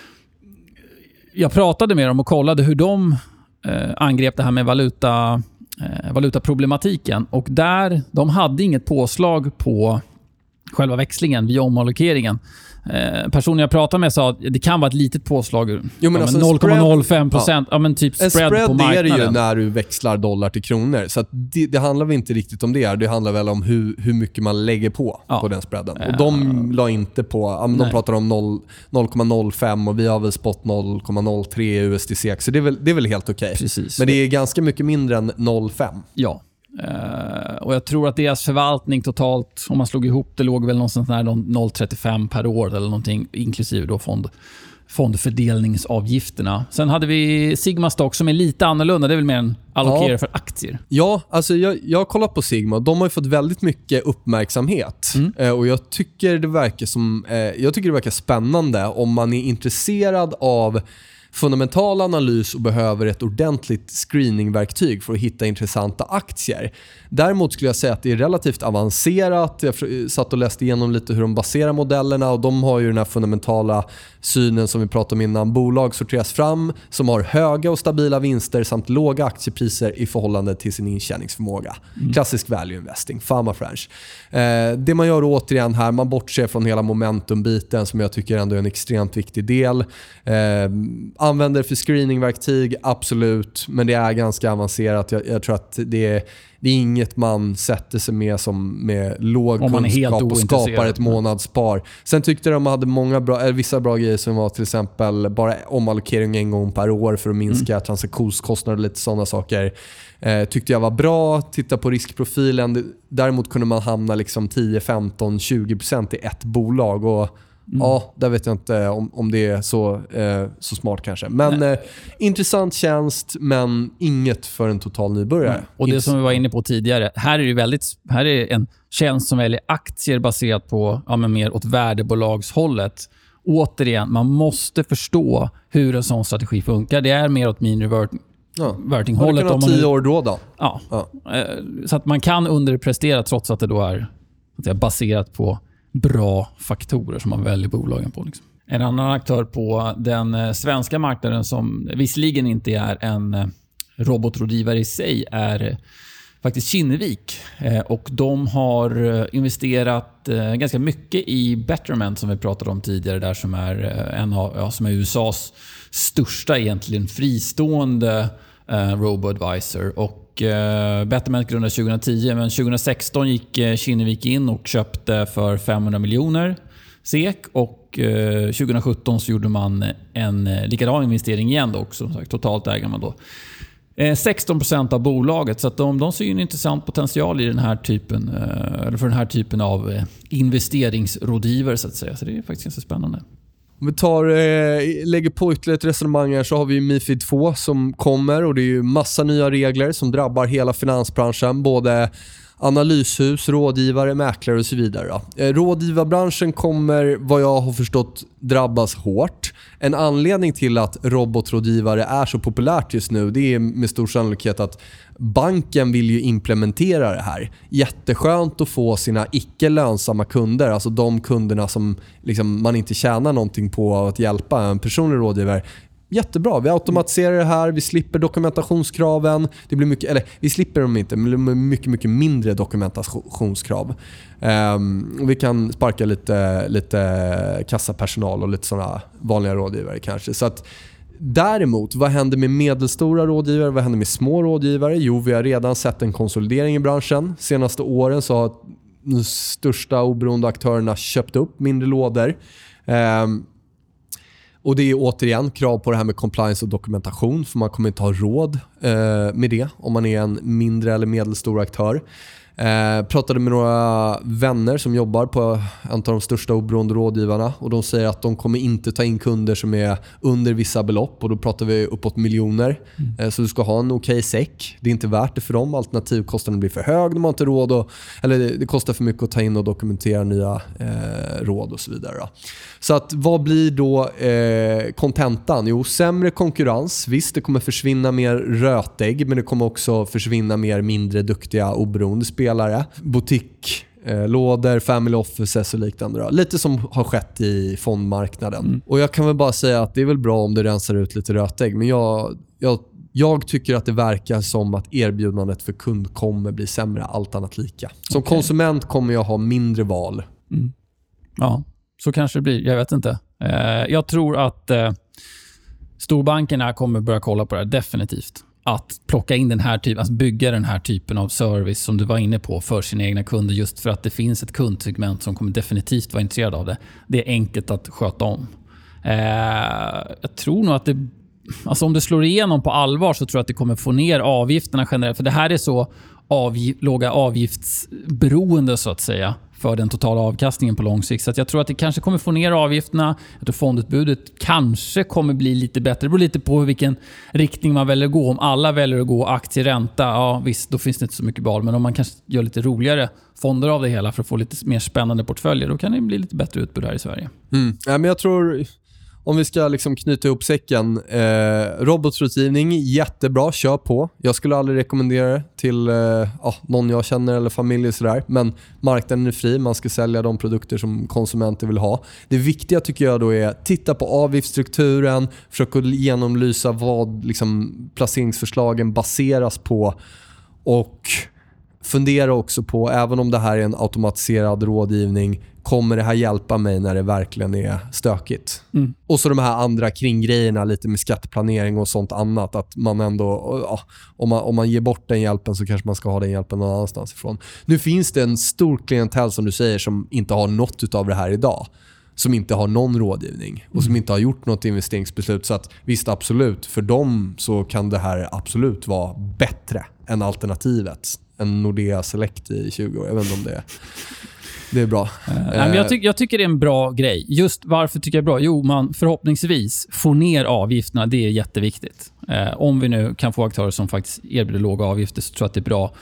jag pratade med dem och kollade hur de angrep det här med valutaproblematiken, och de hade inget påslag på själva växlingen via omallokeringen. Personen jag pratade med sa att det kan vara ett litet påslag. 0,05%. Ja, men typ spread på marknaden. En spread är det ju när du växlar dollar till kronor. Så att det handlar väl inte riktigt om det. Det handlar väl om hur mycket man lägger på den spreaden. Och de la inte på... de pratar om 0,05 och vi har väl spot 0,03 USDC. Så det är väl helt okej. Precis. Men det är ganska mycket mindre än 0,5. Ja. Och jag tror att deras förvaltning totalt, om man slog ihop det, låg väl någonstans där 0,35 per år eller någonting, inklusive då fondfördelningsavgifterna. Sen hade vi Sigma Stock som är lite annorlunda. Det är väl mer en allokerare för aktier. Ja, alltså jag har kollat på Sigma. De har ju fått väldigt mycket uppmärksamhet. Och jag tycker det verkar spännande om man är intresserad av fundamental analys och behöver ett ordentligt screeningverktyg för att hitta intressanta aktier. Däremot skulle jag säga att det är relativt avancerat. Jag satt och läste igenom lite hur de baserar modellerna och de har ju den här fundamentala synen som vi pratade om innan. Bolag sorteras fram som har höga och stabila vinster samt låga aktiepriser i förhållande till sin intjäningsförmåga. Klassisk value investing, pharma-franch. Det man gör återigen här, man bortser från hela momentumbiten som jag tycker ändå är en extremt viktig del. Använder för screeningverktyg, absolut, men det är ganska avancerat. Jag tror att det är inget man sätter sig med som med låg kunskap och skapar ett månadsspar. Sen tyckte de hade vissa bra grejer som var till exempel bara omallokering en gång per år för att minska transaktionskostnader och lite sådana saker. Tyckte jag var bra. Titta på riskprofilen. Däremot kunde man hamna liksom 10, 15, 20% i ett bolag och ja, där vet jag inte om det är så smart kanske. Men intressant tjänst, men inget för en total nybörjare. Och det som vi var inne på tidigare, här är en tjänst som väljer aktier baserat på mer åt värdebolagshållet. Återigen, man måste förstå hur en sån strategi funkar. Det är mer åt mean reverting-hållet. Det kan ha 10 år då. Ja. Så att man kan underprestera trots att det då är baserat på bra faktorer som man väljer bolagen på. Liksom. En annan aktör på den svenska marknaden som visserligen inte är en robotrådgivare i sig är faktiskt Kinnevik. Och de har investerat ganska mycket i Betterment som vi pratade om tidigare där som är som är USAs största egentligen fristående robo-advisor. Och Betterment grundades 2010, men 2016 gick Kinnevik in och köpte för 500 miljoner SEK och 2017 så gjorde man en likadan investering igen då också. Totalt äger man då 16% av bolaget, så att de ser ju en intressant potential i den här typen eller för den här typen av investeringsrådgivare så att säga. Så det är faktiskt ganska spännande. Om vi lägger på ytterligare ett resonemang här så har vi MiFID 2 som kommer och det är ju massa nya regler som drabbar hela finansbranschen, både analyshus, rådgivare, mäklare och så vidare. Rådgivarbranschen kommer, vad jag har förstått, drabbas hårt. En anledning till att robotrådgivare är så populärt just nu, det är med stor sannolikhet att banken vill ju implementera det här. Jätteskönt att få sina icke lönsamma kunder, alltså de kunderna som liksom man inte tjänar någonting på att hjälpa, en personlig rådgivare. Jättebra, vi automatiserar det här, vi slipper dokumentationskraven. Det blir mycket, eller vi slipper dem inte, men det blir mycket, mycket mindre dokumentationskrav. Vi kan sparka lite kassapersonal och lite sådana vanliga rådgivare kanske. Så att däremot, vad händer med medelstora rådgivare? Vad händer med små rådgivare? Jo, vi har redan sett en konsolidering i branschen. Senaste åren så har de största oberoende aktörerna köpt upp mindre lådor. Och det är återigen krav på det här med compliance och dokumentation, för man kommer inte ha råd med det om man är en mindre eller medelstor aktör. Pratade med några vänner som jobbar på en av de största oberoende rådgivarna och de säger att de kommer inte ta in kunder som är under vissa belopp, och då pratar vi uppåt miljoner. Så du ska ha en okej säck. Det är inte värt det för dem. Alternativkostnaden blir för hög. De har inte råd eller det kostar för mycket att ta in och dokumentera nya råd och så vidare. Så att vad blir då kontentan? Jo, sämre konkurrens. Visst, det kommer försvinna mer rötägg, men det kommer också försvinna mer mindre duktiga oberoende spelare. Butik, lådor, family offices och liknande. Då. Lite som har skett i fondmarknaden. Och jag kan väl bara säga att det är väl bra om det rensar ut lite rötägg, men jag tycker att det verkar som att erbjudandet för kund kommer bli sämre, allt annat lika. Som konsument kommer jag ha mindre val. Ja, så kanske det blir. Jag vet inte. Jag tror att storbankerna kommer börja kolla på det här, definitivt. Att plocka in den här typen, alltså bygga den här typen av service som du var inne på för sina egna kunder, just för att det finns ett kundsegment som kommer definitivt vara intresserad av det. Det är enkelt att sköta om. Jag tror nog att det alltså om det slår igenom på allvar så tror jag att det kommer få ner avgifterna generellt. För det här är så låga avgiftsberoende så att säga för den totala avkastningen på lång sikt. Så att jag tror att det kanske kommer få ner avgifterna. Jag tror fondutbudet kanske kommer bli lite bättre. Det beror lite på vilken riktning man väljer att gå. Om alla väljer att gå aktieränta, ja visst, då finns det inte så mycket val. Men om man kanske gör lite roligare fonder av det hela för att få lite mer spännande portföljer, då kan det bli lite bättre utbud här i Sverige. Ja, men jag tror... Om vi ska liksom knyta ihop säcken. Robotrådgivning, jättebra. Kör på. Jag skulle aldrig rekommendera det till någon jag känner eller familj och sådär. Men marknaden är fri. Man ska sälja de produkter som konsumenter vill ha. Det viktiga tycker jag då är titta på avgiftsstrukturen. Försöka genomlysa vad liksom placeringsförslagen baseras på. Och fundera också på, även om det här är en automatiserad rådgivning, kommer det här hjälpa mig när det verkligen är stökigt? Och så de här andra kringgrejerna, lite med skatteplanering och sånt annat, att man ändå, om man ger bort den hjälpen så kanske man ska ha den hjälpen någon annanstans ifrån. Nu finns det en stor klientell som du säger som inte har något av det här idag, som inte har någon rådgivning och som inte har gjort något investeringsbeslut. Så att visst, absolut, för dem så kan det här absolut vara bättre än alternativet. En Nordea Select i 20 år. Jag vet inte om det är bra. Men jag tycker det är en bra grej. Just varför tycker jag det är bra? Jo, man förhoppningsvis får ner avgifterna. Det är jätteviktigt. Om vi nu kan få aktörer som faktiskt erbjuder låga avgifter, så tror jag att det är bra.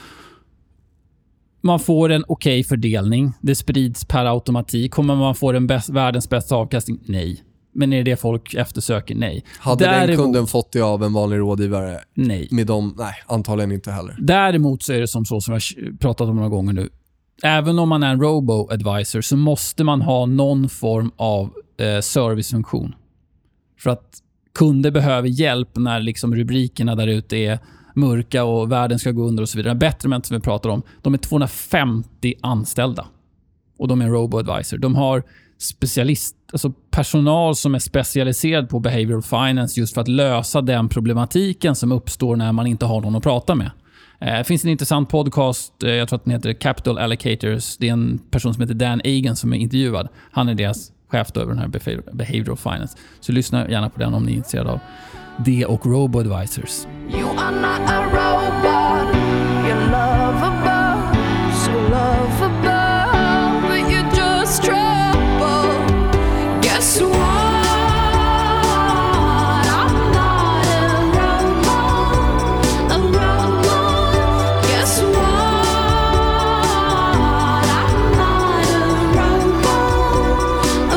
Man får en okej fördelning. Det sprids per automatik. Kommer man få världens bästa avkastning? Nej. Men är det folk eftersöker? Nej. Hade den kunden fått det av en vanlig rådgivare? Nej. Med dem? Nej, antagligen inte heller. Däremot så är det som jag pratat om några gånger nu. Även om man är en robo-advisor så måste man ha någon form av servicefunktion. För att kunder behöver hjälp när liksom rubrikerna där ute är mörka och världen ska gå under och så vidare. Betterment som vi pratar om, de är 250 anställda. Och de är en robo-advisor. De har alltså personal som är specialiserad på behavioral finance just för att lösa den problematiken som uppstår när man inte har någon att prata med. Det finns en intressant podcast, jag tror att den heter Capital Allocators. Det är en person som heter Dan Egan som är intervjuad. Han är deras chef över den här behavioral finance. Så lyssna gärna på den om ni är intresserade av det och robo-advisors. You are not a robot, you're lovable, so lovable, but you're just trouble. Guess what? I'm not a robot. Guess what? I'm not a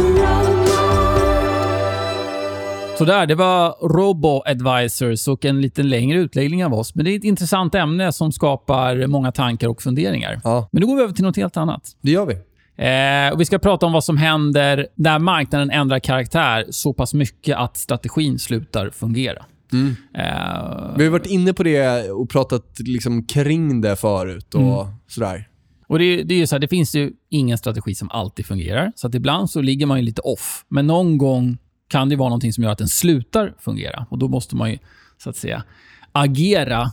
robot. Så där, det var robo-advisors och en lite längre utläggning av oss. Men det är ett intressant ämne som skapar många tankar och funderingar. Ja. Men nu går vi över till något helt annat. Det gör vi. Och vi ska prata om vad som händer när marknaden ändrar karaktär så pass mycket att strategin slutar fungera. Vi har varit inne på det och pratat liksom kring det förut och sådär. Och det är ju så här, det finns ju ingen strategi som alltid fungerar. Så att ibland så ligger man ju lite off. Men någon gång kan det vara någonting som gör att den slutar fungera. Och då måste man ju så att säga agera.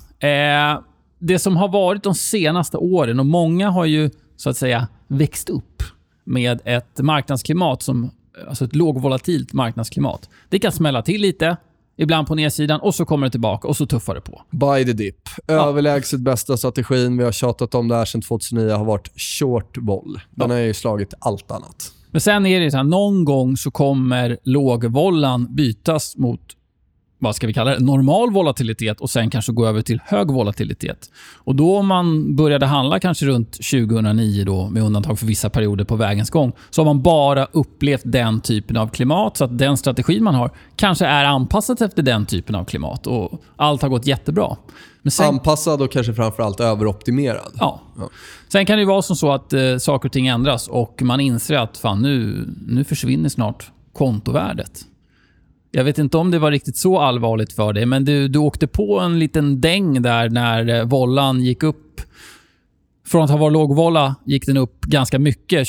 Det som har varit de senaste åren, och många har ju så att säga växt upp med ett marknadsklimat alltså ett lågvolatilt marknadsklimat. Det kan smälla till lite, ibland på nedsidan, och så kommer det tillbaka och så tuffar det på. Buy the dip. Överlägset bästa strategin, vi har tjatat om det här sedan 2009, har varit short vol. Den har ju slagit allt annat. Men sen är det så här, någon gång så kommer lågvollan bytas mot, vad ska vi kalla det, normal volatilitet och sen kanske gå över till hög volatilitet. Och då om man började handla kanske runt 2009 då, med undantag för vissa perioder på vägens gång, så har man bara upplevt den typen av klimat, så att den strategin man har kanske är anpassad efter den typen av klimat och allt har gått jättebra. Men sen, anpassad och kanske framförallt överoptimerad. Ja. Sen kan det ju vara som så att saker och ting ändras och man inser att fan, nu försvinner snart kontovärdet. Jag vet inte om det var riktigt så allvarligt för dig, men du åkte på en liten däng där när vollan gick upp. Från att ha varit lågvolla gick den upp ganska mycket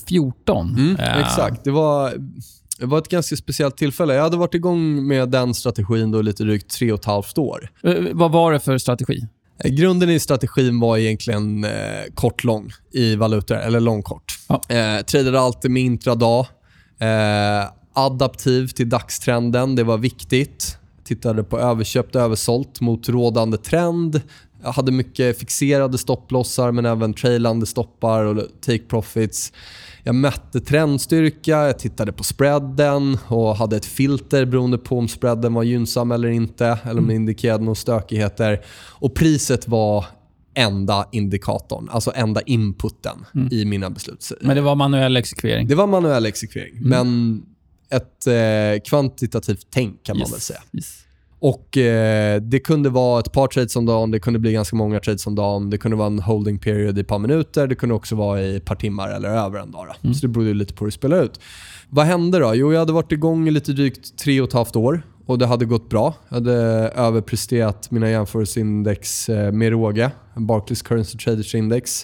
2014. Exakt, det var ett ganska speciellt tillfälle. Jag hade varit igång med den strategin då lite drygt 3,5 år. Vad var det för strategi? Grunden i strategin var egentligen kort-lång i valutor, eller lång-kort. Ja. Tradade alltid med intradag. Adaptiv till dagstrenden, det var viktigt. tittade på överköpt och översålt mot rådande trend. Jag hade mycket fixerade stopplossar men även trailande stoppar och take profits. Jag mätte trendstyrka, jag tittade på spreaden och hade ett filter beroende på om spreaden var gynnsam eller inte, eller om det indikerade några stökigheter. Och priset var enda indikatorn, alltså enda inputen i mina beslut. Men det var manuell exekvering? Det var manuell exekvering, men ett kvantitativt tänk kan man väl säga. Yes. Och det kunde vara ett par trades om dagen, det kunde bli ganska många trades om dagen, det kunde vara en holding period i ett par minuter, det kunde också vara i ett par timmar eller över en dag. Så det berodde lite på hur det spelade ut. Vad hände då? Jo, jag hade varit igång i lite drygt 3,5 år och det hade gått bra. Jag hade överpresterat mina jämförelseindex med råge, Barclays Currency Traders Index.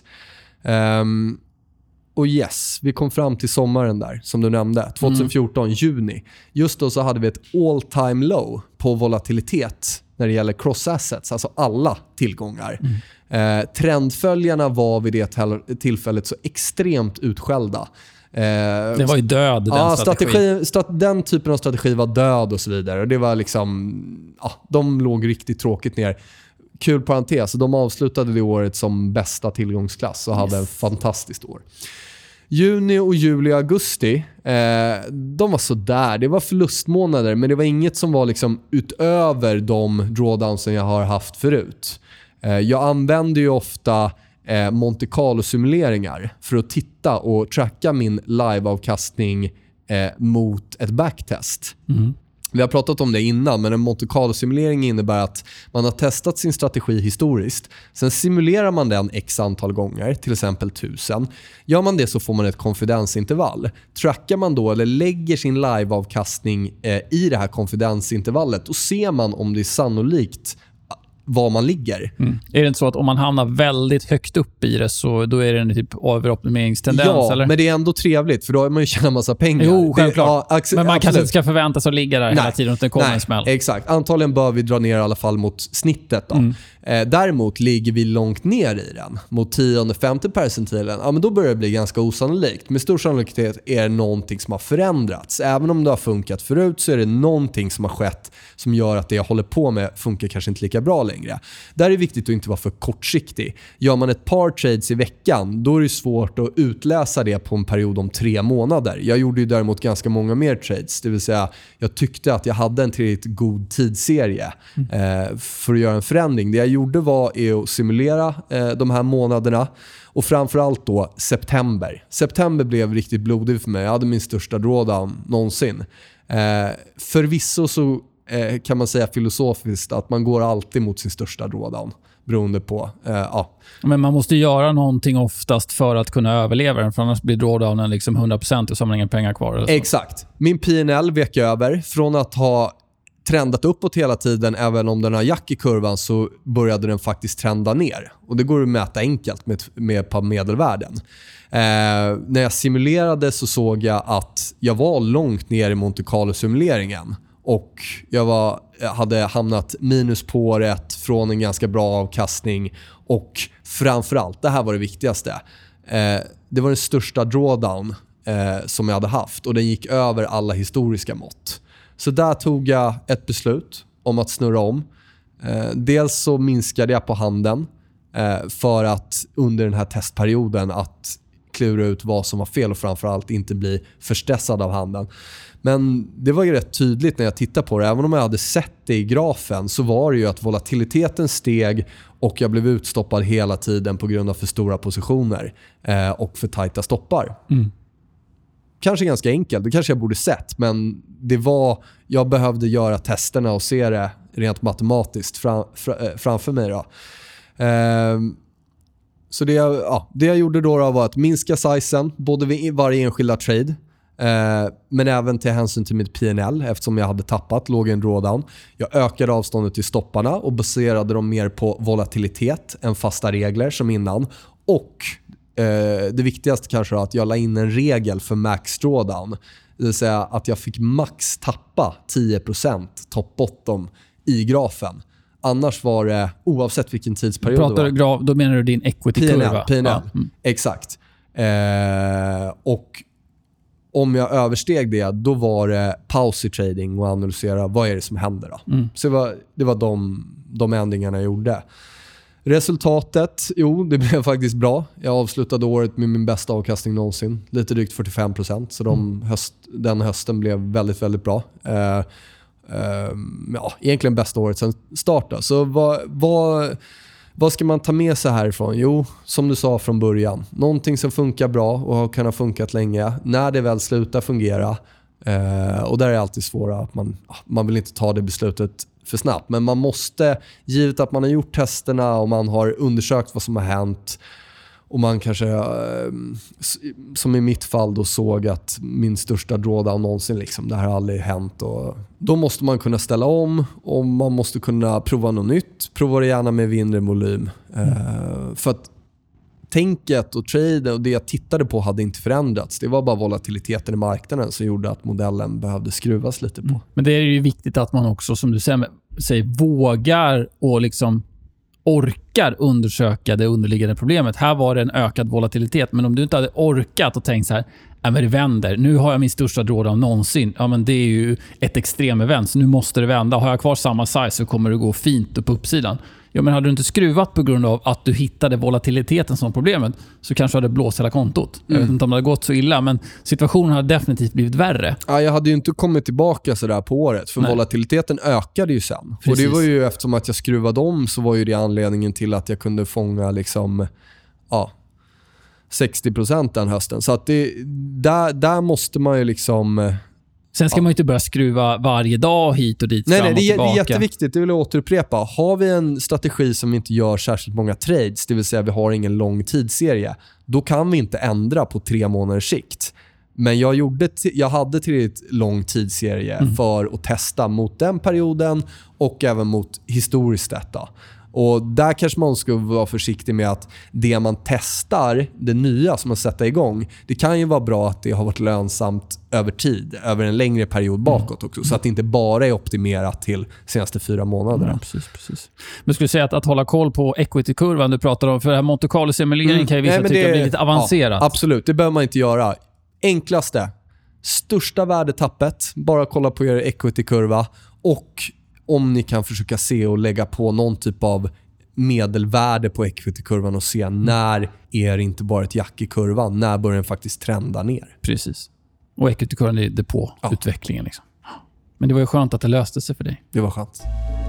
Och yes, vi kom fram till sommaren där, som du nämnde. 2014, juni. Just då så hade vi ett all time low på volatilitet när det gäller cross assets, alltså alla tillgångar. Trendföljarna var vid det tillfället så extremt utskällda. Det var ju död, den strategin. Den typen av strategi var död och så vidare. Och det var liksom, de låg riktigt tråkigt ner. Kul parentes, de avslutade det året som bästa tillgångsklass och hade ett fantastiskt år. Juni och juli och augusti, de var så där. Det var förlustmånader, men det var inget som var liksom utöver de drawdowns som jag har haft förut. Jag använder ju ofta Monte Carlo-simuleringar för att titta och tracka min live-avkastning mot ett backtest. Vi har pratat om det innan, men en Monte Carlo-simulering innebär att man har testat sin strategi historiskt. Sen simulerar man den x antal gånger, till exempel 1000. Gör man det så får man ett konfidensintervall. Trackar man då eller lägger sin live-avkastning i det här konfidensintervallet, då ser man om det är sannolikt var man ligger. Är det inte så att om man hamnar väldigt högt upp i det så då är det en typ överoptimeringstendens? Ja, eller? men det är ändå trevligt för då har man ju tjänat massa pengar. Jo, självklart. Men man kanske absolut inte ska förvänta sig att ligga där hela tiden och det kommer en smäll. Exakt. Antagligen bör vi dra ner i alla fall mot snittet då. Däremot ligger vi långt ner i den mot 10-50 percentilen. Ja, men då börjar det bli ganska osannolikt. Med stor sannolikhet är det någonting som har förändrats. Även om det har funkat förut så är det någonting som har skett som gör att det jag håller på med funkar kanske inte lika bra längre. Där är det viktigt att inte vara för kortsiktig. Gör man ett par trades i veckan, då är det svårt att utläsa det på en period om 3 månader. Jag gjorde ju däremot ganska många mer trades. Det vill säga, jag tyckte att jag hade en tillräckligt god tidsserie för att göra en förändring. Det jag gjorde var att simulera de här månaderna och framförallt då september. September blev riktigt blodig för mig. Jag hade min största drawdown någonsin. Förvisso så kan man säga filosofiskt att man går alltid mot sin största drawdown beroende på, Men man måste göra någonting oftast för att kunna överleva den, för annars blir drawdownen liksom 100% och så har man inga pengar kvar. Eller så. Exakt. Min P&L vek över från att ha trendat uppåt hela tiden, även om den har jack i kurvan, så började den faktiskt trenda ner. Och det går att mäta enkelt med ett par medelvärden. När jag simulerade så såg jag att jag var långt ner i Monte Carlo-simuleringen. Och jag hade hamnat minus på året från en ganska bra avkastning. Och framförallt, det här var det viktigaste. Det var den största drawdown som jag hade haft. Och den gick över alla historiska mått. Så där tog jag ett beslut om att snurra om. Dels så minskade jag på handeln för att under den här testperioden att klura ut vad som var fel och framförallt inte bli förstressad av handeln. Men det var ju rätt tydligt när jag tittade på det. Även om jag hade sett det i grafen så var det ju att volatiliteten steg och jag blev utstoppad hela tiden på grund av för stora positioner och för tajta stoppar. Kanske ganska enkelt, det kanske jag borde sett, men jag behövde göra testerna och se det rent matematiskt framför mig då. Så det jag gjorde då var att minska sizen både vid varje enskilda trade, men även till hänsyn till mitt P&L eftersom jag hade tappat, låg i en drawdown. Jag ökade avståndet till stopparna och baserade dem mer på volatilitet än fasta regler som innan. Och det viktigaste kanske var att jag la in en regel för max drawdown. Det vill säga att jag fick max tappa 10% top-bottom i grafen. Annars var det, oavsett vilken tidsperiod det var. Då menar du din equity-kurva? P&L. Exakt. Och om jag översteg det, då var det paus i trading och analysera vad är det som händer då. Så det var de ändringarna jag gjorde. Resultatet, det blev faktiskt bra. Jag avslutade året med min bästa avkastning någonsin. Lite drygt 45%. Så den hösten blev väldigt, väldigt bra. Egentligen bästa året sedan starta. Så vad ska man ta med sig härifrån? Jo, som du sa från början. Någonting som funkar bra och har kunnat funkat länge. När det väl slutar fungera. Och där är det alltid svåra att man vill inte ta det beslutet för snabbt. Men man måste, givet att man har gjort testerna och man har undersökt vad som har hänt och man kanske, som i mitt fall då, såg att min största drawdown någonsin, det här har aldrig hänt. Och då måste man kunna ställa om och man måste kunna prova något nytt. Prova det gärna med mindre volym. För att tänket och trade och det jag tittade på hade inte förändrats. Det var bara volatiliteten i marknaden som gjorde att modellen behövde skruvas lite på. Men det är ju viktigt att man också, som du säger vågar och orkar undersöka det underliggande problemet. Här var det en ökad volatilitet, men om du inte hade orkat och tänkt så här, men det vänder. Nu har jag min största drawdown någonsin. Ja, men det är ju ett extrem event, så nu måste det vända. Har jag kvar samma size så kommer det gå fint upp på uppsidan. Ja, men hade du inte skruvat på grund av att du hittade volatiliteten som problemet, så kanske du hade blåst hela kontot. Jag vet inte om det hade gått så illa, men situationen hade definitivt blivit värre. Ja, jag hade ju inte kommit tillbaka så där på året, för volatiliteten ökade ju sen. Precis. Och det var ju, eftersom att jag skruvade om, så var ju det anledningen till att jag kunde fånga 60% den hösten. Så att där måste man ju Sen ska man ju inte börja skruva varje dag hit och dit. Nej, det är jätteviktigt. Det vill jag återupprepa. Har vi en strategi som inte gör särskilt många trades, det vill säga vi har ingen lång tidsserie, då kan vi inte ändra på 3 månaders sikt. Men jag hade tillräckligt lång tidsserie för att testa mot den perioden och även mot historiskt detta. Och där kanske man ska vara försiktig med att det man testar, det nya som man sätter igång, det kan ju vara bra att det har varit lönsamt över tid, över en längre period bakåt också. Så att det inte bara är optimerat till senaste 4 månaderna. Ja, precis. Men skulle säga att hålla koll på equity-kurvan du pratar om, för det här Monte Carlo-simulering kan ju vissa tycka blir lite avancerat. Ja, absolut, det behöver man inte göra. Enklaste, största värdetappet, bara kolla på er equity-kurva, och om ni kan försöka se och lägga på någon typ av medelvärde på equity-kurvan och se när är det inte bara ett jack i kurvan, när börjar den faktiskt trenda ner. Precis. Och equity-kurvan är depåutvecklingen. Men det var ju skönt att det löste sig för dig. Det var skönt.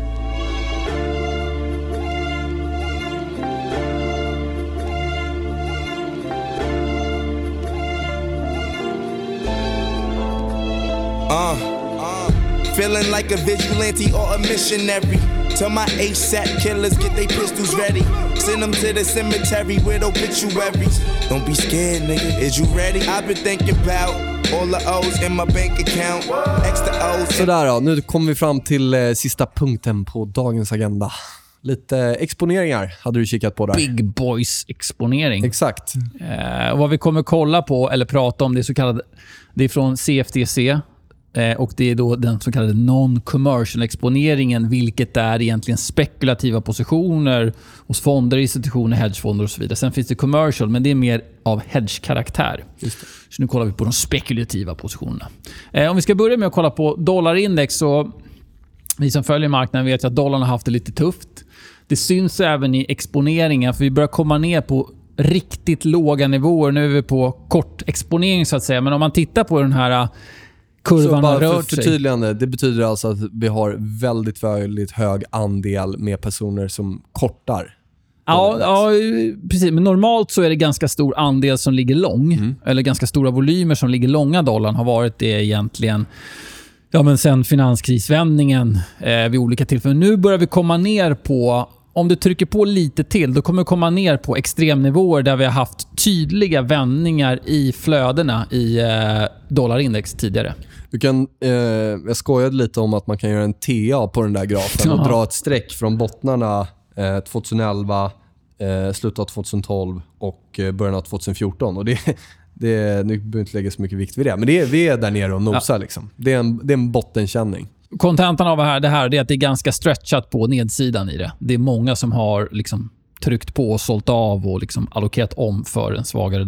Feeling like a vigilante or a missionary. Tell my ASAP killers get their pistols ready. Send them to the cemetery with obituaries. Don't be scared, nigga. Is you ready? I've been thinking about all the O's in my bank account. Extra O's. Sådär då, nu kommer vi fram till sista punkten på dagens agenda. Lite exponeringar hade du kikat på där. Big Boys exponering. Exakt. Och vad vi kommer kolla på eller prata om, det är så kallade, det är från CFTC. Och det är då den så kallade non-commercial exponeringen, vilket är egentligen spekulativa positioner hos fonder, institutioner, hedgefonder och så vidare. Sen finns det commercial, men det är mer av hedge-karaktär. Just det. Så nu kollar vi på de spekulativa positionerna. Om vi ska börja med att kolla på dollarindex, så vi som följer marknaden vet att dollarn har haft det lite tufft. Det syns även i exponeringen, för vi börjar komma ner på riktigt låga nivåer. Nu är vi på kort exponering så att säga, men om man tittar på den här kurvan har rört sig. Förtydligande, det betyder alltså att vi har väldigt, väldigt hög andel med personer som kortar. Ja, precis. Men normalt så är det ganska stor andel som ligger lång. Eller ganska stora volymer som ligger långa. Dollarn har varit det egentligen. Ja, men sen finanskrisvändningen vid olika tillfällen. Nu börjar vi komma ner på, om du trycker på lite till, då kommer vi komma ner på extremnivåer där vi har haft tydliga vändningar i flödena i dollarindex tidigare. Du kan, jag skojade lite om att man kan göra en TA på den där grafen och dra ett streck från bottnarna 2011, slutet av 2012 och början av 2014. Och nu behöver jag inte lägga så mycket vikt vid det. Men vi är där nere och nosar. Liksom. Det är en bottenkänning. Kontentan av det här är att det är ganska stretchat på nedsidan i det. Det är många som har tryckt på och sålt av och allokerat om för en svagare dollar.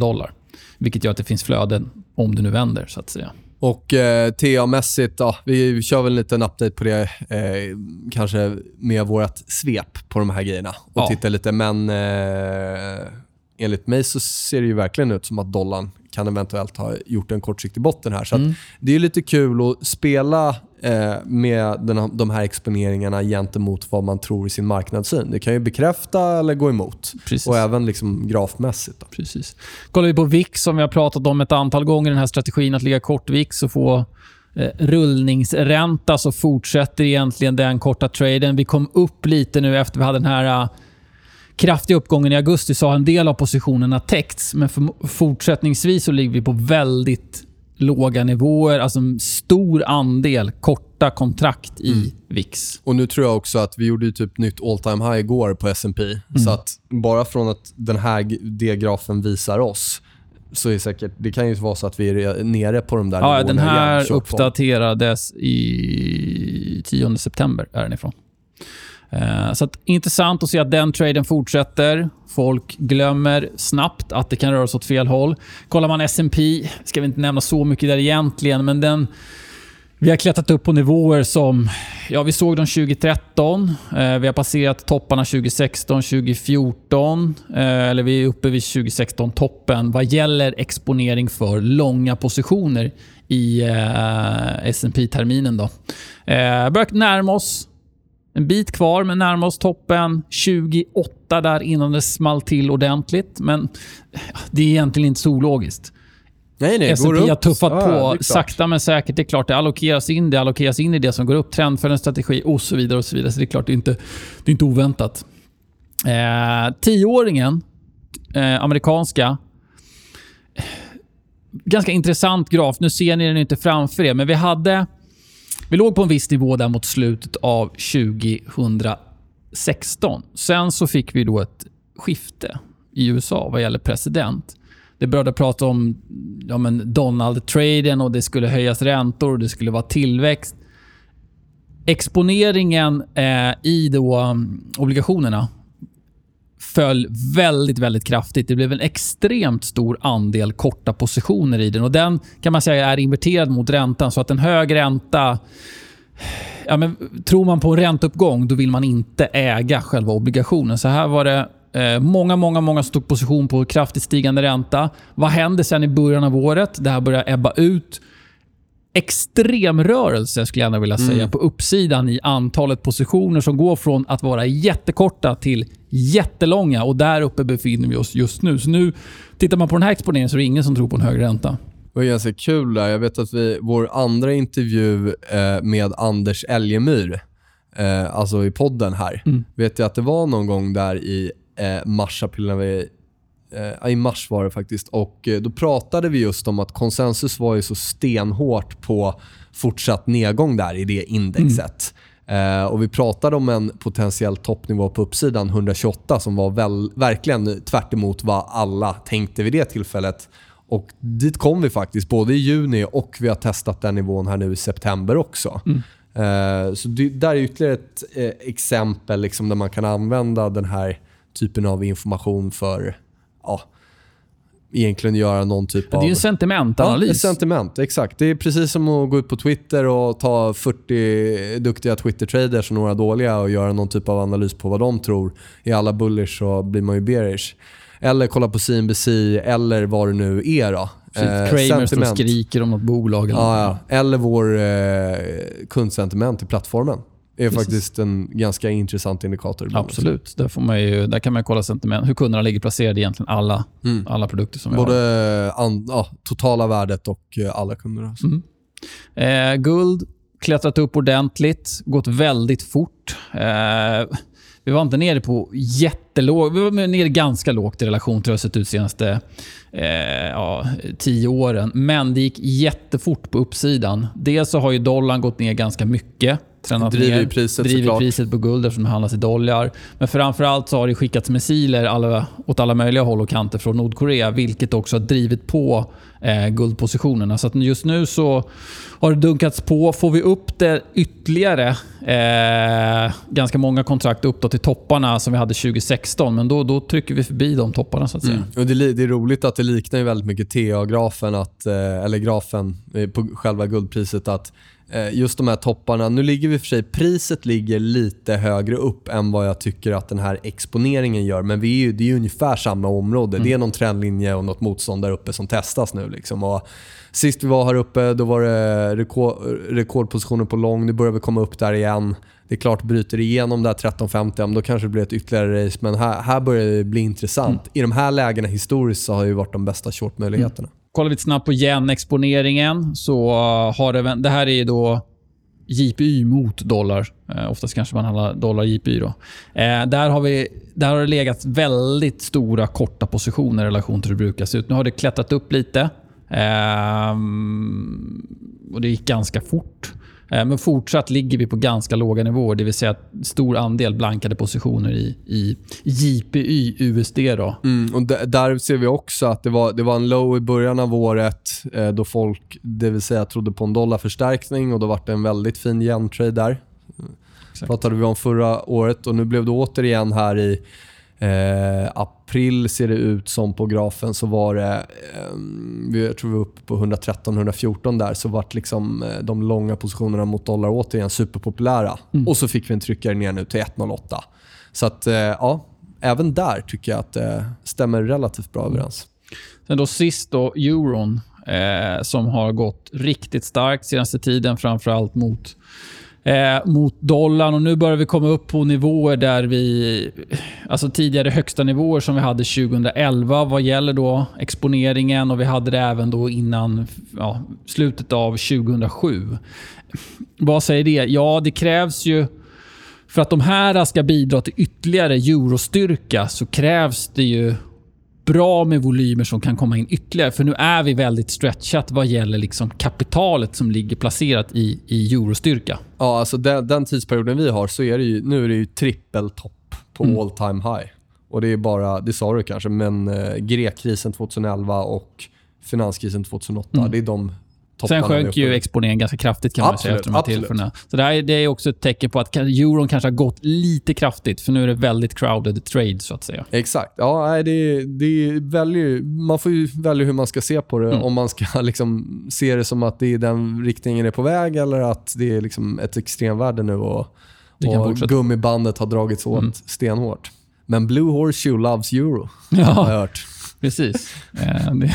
Vilket gör att det finns flöden om det nu vänder, så att säga. Och TA-mässigt, ja, vi kör väl en liten update på det, kanske med vårt svep på de här grejerna och titta lite, men enligt mig så ser det ju verkligen ut som att dollarn kan eventuellt ha gjort en kortsiktig botten här. Så att det är lite kul att spela med de här exponeringarna gentemot vad man tror i sin marknadssyn. Det kan ju bekräfta eller gå emot. Precis. Och även liksom grafmässigt. Då. Precis. Kollar vi på VIX, som vi har pratat om ett antal gånger, den här strategin att ligga kort VIX och få rullningsränta, så fortsätter egentligen den korta traden. Vi kom upp lite nu efter vi hade den här kraftiga uppgången i augusti, så har en del av positionerna täckts, men fortsättningsvis så ligger vi på väldigt låga nivåer, alltså en stor andel korta kontrakt i VIX. Och nu tror jag också att vi gjorde ju typ nytt all time high igår på S&P. Så att bara från att det grafen visar oss, så är säkert, det kan ju vara så att vi är nere på de där nivåerna. Ja, den här uppdaterades i 10 september är den ifrån. Så att, intressant att se att den traden fortsätter. Folk glömmer snabbt att det kan röra sig åt fel håll. Kollar man S&P, ska vi inte nämna så mycket där egentligen, men vi har klättrat upp på nivåer som, ja, vi såg dem 2013. Vi har passerat topparna 2016, 2014. Eller vi är uppe vid 2016-toppen vad gäller exponering för långa positioner i S&P-terminen då. Börjar närma oss en bit kvar, men närmar oss toppen 28 där innan det small till ordentligt. Men det är egentligen inte så ologiskt. Nej, S&P har tuffat på sakta men säkert. Det är klart, det allokeras in i det som går upp, trend för en strategi och så vidare och så vidare. Så det är klart, det är inte oväntat. 10-åringen, amerikanska, ganska intressant graf. Nu ser ni den inte framför er, men vi låg på en viss nivå där mot slutet av 2016. Sen så fick vi då ett skifte i USA vad gäller president. Det började prata om Donald-traden och det skulle höjas räntor och det skulle vara tillväxt. Exponeringen i då obligationerna föll väldigt, väldigt kraftigt. Det blev en extremt stor andel korta positioner i den. Och den kan man säga är inverterad mot räntan. Så att en hög ränta... Ja, men tror man på en ränteuppgång, då vill man inte äga själva obligationen. Så här var det många som tog position på kraftigt stigande ränta. Vad hände sen i början av året? Det här börjar ebba ut. Extrem rörelse skulle jag vilja säga på uppsidan i antalet positioner som går från att vara jättekorta till jättelånga, och där uppe befinner vi oss just nu. Så nu tittar man på den här exponeringen så är det ingen som tror på en hög ränta. Det var ganska kul där. Jag vet att vår andra intervju med Anders Elgemyr, alltså i podden här, vet jag att det var någon gång där i mars-april när vi i mars var det faktiskt, och då pratade vi just om att konsensus var ju så stenhårt på fortsatt nedgång där i det indexet. Och vi pratade om en potentiell toppnivå på uppsidan 128 som var verkligen tvärt emot vad alla tänkte vid det tillfället. Och dit kom vi faktiskt både i juni och vi har testat den nivån här nu i september också. Så där är ytterligare ett exempel liksom, där man kan använda den här typen av information för egentligen göra någon typ av... Det är ju en sentimentanalys. Ja, ett sentiment, exakt. Det är precis som att gå ut på Twitter och ta 40 duktiga Twitter-traders och några dåliga och göra någon typ av analys på vad de tror. Är alla bullish så blir man ju bearish. Eller kolla på CNBC eller vad det nu är då. Kramer som skriker om något bolag. Eller vår kundsentiment i plattformen. Det är faktiskt en ganska intressant indikator. Absolut. Där kan man kolla sentiment. Hur kunderna ligger placerade egentligen alla produkter som vi har. Både totala värdet och alla kunder. Alltså. Guld klättrat upp ordentligt. Gått väldigt fort. Vi var inte nere på jättelåg. Vi var nere ganska lågt i relation till det har sett ut senaste 10 åren. Men det gick jättefort på uppsidan. Dels så har ju dollarn gått ner ganska mycket. Driver priset på guld eftersom det handlas i dollar. Men framförallt så har det skickats missiler åt alla möjliga håll och kanter från Nordkorea, vilket också har drivit på guldpositionerna. Så att just nu så har det dunkats på. Får vi upp det ytterligare ganska många kontrakt upp då till topparna som vi hade 2016 16, men då trycker vi förbi de topparna så att säga. Och det är roligt att det liknar ju väldigt mycket TA-grafen eller grafen på själva guldpriset, att just de här topparna, nu ligger vi för sig, priset ligger lite högre upp än vad jag tycker att den här exponeringen gör, men det är ju ungefär samma område. Det är någon trendlinje och något motstånd där uppe som testas nu liksom. Och sist vi var här uppe, då var det rekordpositioner på lång. Nu börjar vi komma upp där igen. Det är klart, bryter igenom där 13,50, då kanske det blir ett ytterligare race, men här börjar det bli intressant. I de här lägena historiskt så har ju varit de bästa shortmöjligheterna. Kollar vi snabbt på yen-exponeringen så har det här är då JPY mot dollar. Oftast kanske man handlar dollar JPY då. Där har det legat väldigt stora korta positioner i relation till hur det brukar se ut. Nu har det klättrat upp lite. Och det gick ganska fort. Men fortsatt ligger vi på ganska låga nivåer, det vill säga stor andel blankade positioner i JPY USD då. Och där ser vi också att det var en low i början av året då folk, det vill säga, trodde på en dollarförstärkning, och då var det en väldigt fin yen-trade där. Exakt. Pratade vi om förra året, och nu blev det återigen här i april, ser det ut som på grafen, så var det jag tror vi var uppe på 113-114 där, så vart liksom de långa positionerna mot dollar återigen superpopulära. Och så fick vi en tryckare ner nu till 1,08. Så att ja, även där tycker jag att det stämmer relativt bra överens. Sen då sist då euron som har gått riktigt starkt senaste tiden, framförallt mot dollarn, och nu börjar vi komma upp på nivåer där vi, alltså tidigare högsta nivåer som vi hade 2011 vad gäller då exponeringen, och vi hade det även då innan slutet av 2007. Vad säger det? Ja, det krävs ju, för att de här ska bidra till ytterligare eurostyrka, så krävs det ju bra med volymer som kan komma in ytterligare, för nu är vi väldigt stretchat vad gäller liksom kapitalet som ligger placerat i eurostyrka. Ja, alltså den tidsperioden vi har, så är det ju, nu är det ju trippeltopp på all time high. Och det är bara, det sa du kanske, men grekkrisen 2011 och finanskrisen 2008, det är de topparna. Sen sjönk ju exponeringen ganska kraftigt kan man säga efter de här tillfällena. Så det är också ett tecken på att euron kanske har gått lite kraftigt, för nu är det väldigt crowded trade så att säga. Exakt. Ja, man får ju välja hur man ska se på det. Om man ska liksom se det som att det är den riktningen är på väg, eller att det är liksom ett extremvärde nu och gummibandet har dragits åt stenhårt. Men Blue Horseshoe loves euro, har jag hört. Precis. Det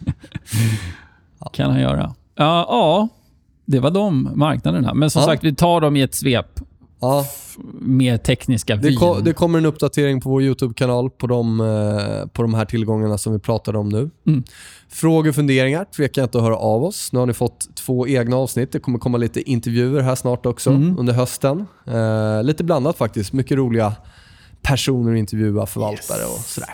kan han göra. Ja, det var de marknaderna. Men som sagt, vi tar dem i ett svep. Ja. Mer tekniska vin. Det kommer en uppdatering på vår YouTube-kanal på de här tillgångarna som vi pratade om nu. Frågor och funderingar, tveka inte att höra av oss. Nu har ni fått 2 egna avsnitt. Det kommer komma lite intervjuer här snart också under hösten. Lite blandat faktiskt. Mycket roliga personer att intervjua, förvaltare och sådär.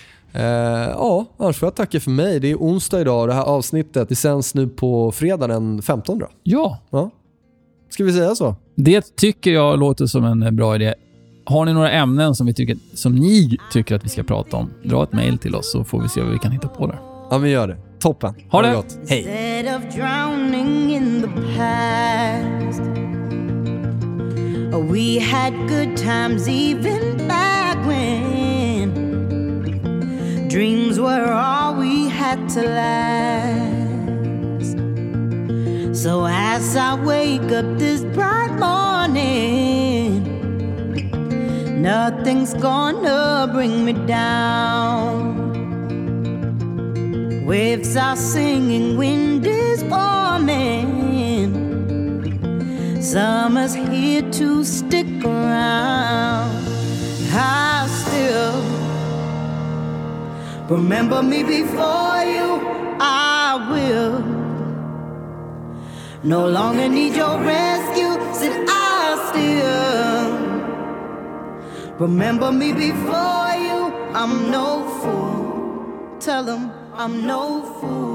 Annars får jag tacka för mig. Det är onsdag idag, det här avsnittet det sänds nu på fredag den 15. Ja. Ska vi säga så? Det tycker jag låter som en bra idé. Har ni några ämnen som ni tycker att vi ska prata om, dra ett mejl till oss så får vi se vad vi kan hitta på där. Ja, vi gör det. Toppen. Ha det gott. Hej. Instead of drowning in the past, we had good times even back when dreams were all we had to last. So as I wake up this bright morning, nothing's gonna bring me down. Waves are singing, wind is warming, summer's here to stick around. I still remember me before you, I will no longer need your rescue, said I still remember me before you, I'm no fool, tell them I'm no fool.